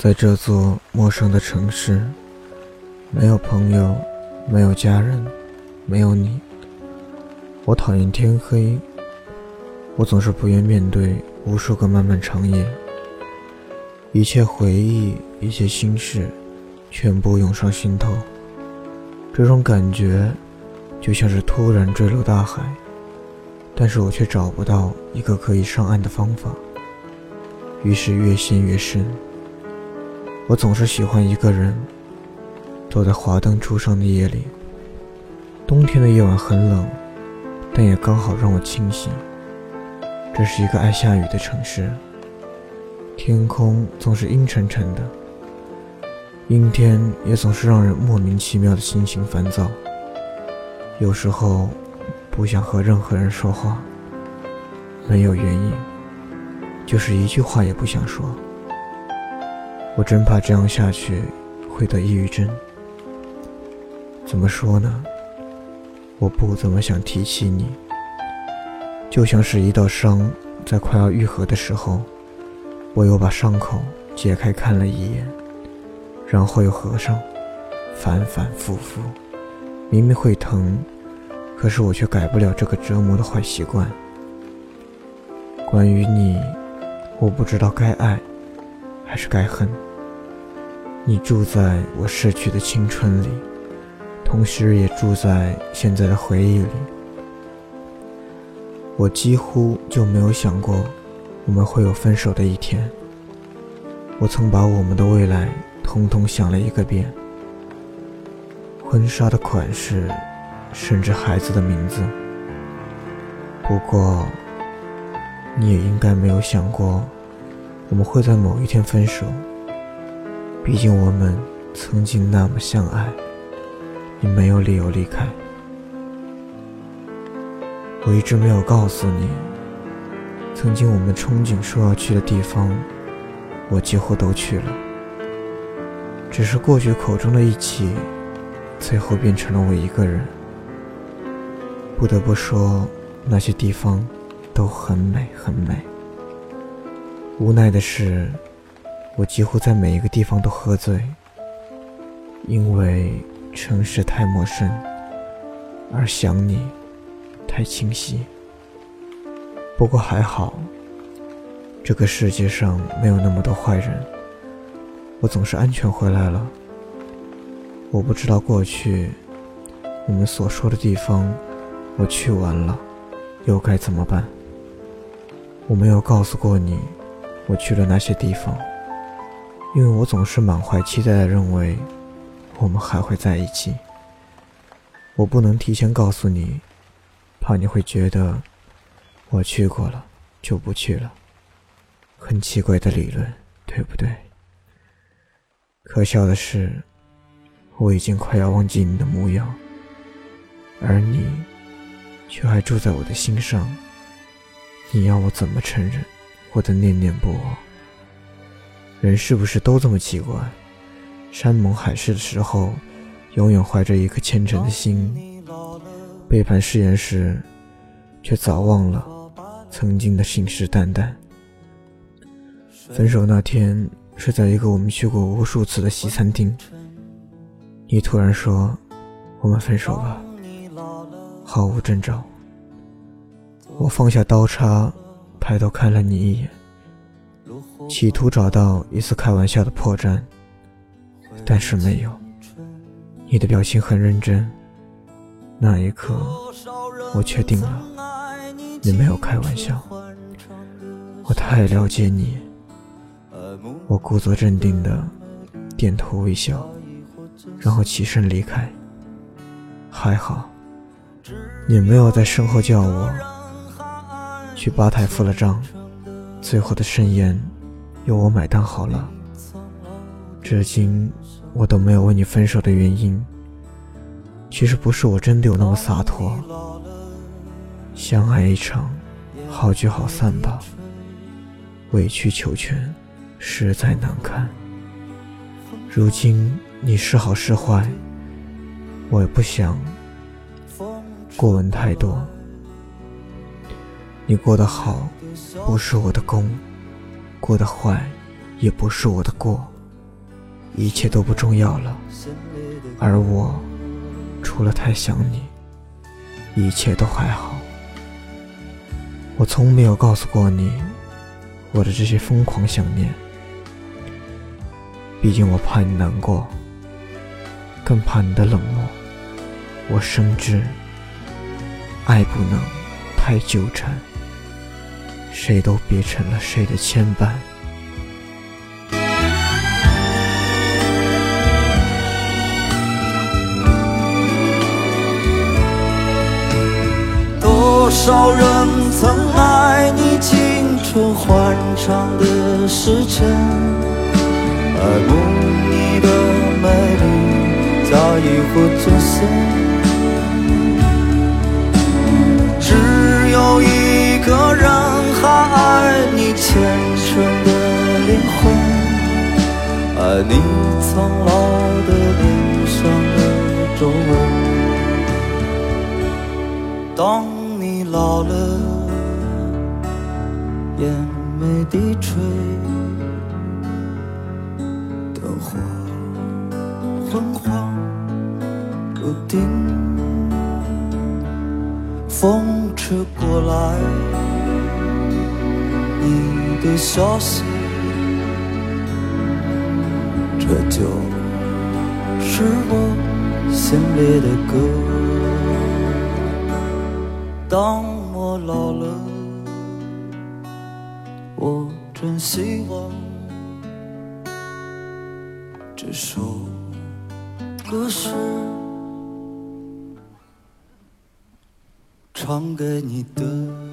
在这座陌生的城市，没有朋友，没有家人，没有你。我讨厌天黑，我总是不愿面对无数个漫漫长夜。一切回忆，一切心事，全部涌上心头。这种感觉就像是突然坠入大海，但是我却找不到一个可以上岸的方法，于是越陷越深。我总是喜欢一个人坐在华灯初上的夜里，冬天的夜晚很冷，但也刚好让我清醒。这是一个爱下雨的城市，天空总是阴沉沉的，阴天也总是让人莫名其妙的心情烦躁。有时候不想和任何人说话，没有原因，就是一句话也不想说。我真怕这样下去会得抑郁症。怎么说呢？我不怎么想提起你，就像是一道伤在快要愈合的时候，我又把伤口解开看了一眼，然后又合上，反反复复。明明会疼，可是我却改不了这个折磨的坏习惯。关于你，我不知道该爱还是该恨。你住在我逝去的青春里，同时也住在现在的回忆里。我几乎就没有想过我们会有分手的一天。我曾把我们的未来统统想了一个遍，婚纱的款式，甚至孩子的名字。不过你也应该没有想过我们会在某一天分手，毕竟我们曾经那么相爱，你没有理由离开。我一直没有告诉你，曾经我们憧憬说要去的地方，我几乎都去了，只是过去口中的一起，最后变成了我一个人。不得不说，那些地方都很美很美。无奈的是，我几乎在每一个地方都喝醉，因为城市太陌生，而想你太清晰。不过还好，这个世界上没有那么多坏人，我总是安全回来了。我不知道过去我们所说的地方我去完了，又该怎么办？我没有告诉过你我去了那些地方，因为我总是满怀期待地认为我们还会在一起。我不能提前告诉你，怕你会觉得我去过了就不去了，很奇怪的理论，对不对？可笑的是，我已经快要忘记你的模样，而你却还住在我的心上。你要我怎么承认我的念念不忘？人是不是都这么奇怪？山盟海誓的时候，永远怀着一颗虔诚的心，背叛誓言时，却早忘了曾经的信誓旦旦。分手那天是在一个我们去过无数次的西餐厅，你突然说我们分手吧，毫无征兆。我放下刀叉，抬头看了你一眼，企图找到一丝开玩笑的破绽，但是没有。你的表情很认真，那一刻我确定了你没有开玩笑。我太了解你。我故作镇定地点头微笑，然后起身离开。还好你没有在身后叫我去吧台付了账，最后的盛宴由我买单好了。至今我都没有问你分手的原因，其实不是我真的有那么洒脱。相爱一场，好聚好散吧，委曲求全实在难堪。如今你是好是坏，我也不想过问太多。你过得好不是我的功，过得坏也不是我的过。 一切都不重要了，而我除了太想你，一切都还好。我从没有告诉过你我的这些疯狂想念，毕竟我怕你难过，更怕你的冷漠。我深知爱不能太纠缠，谁都别成了谁的牵绊。 多少人曾爱你青春欢畅的时间，爱慕你的美丽假意或真心。只有一个人还爱你虔诚的灵魂，爱你苍老的脸上的皱纹。当你老了，眼眉低垂，灯火昏黄不定，风吹过来你的消息，这就是我心里的歌。当我老了，我真希望这首歌是唱给你的。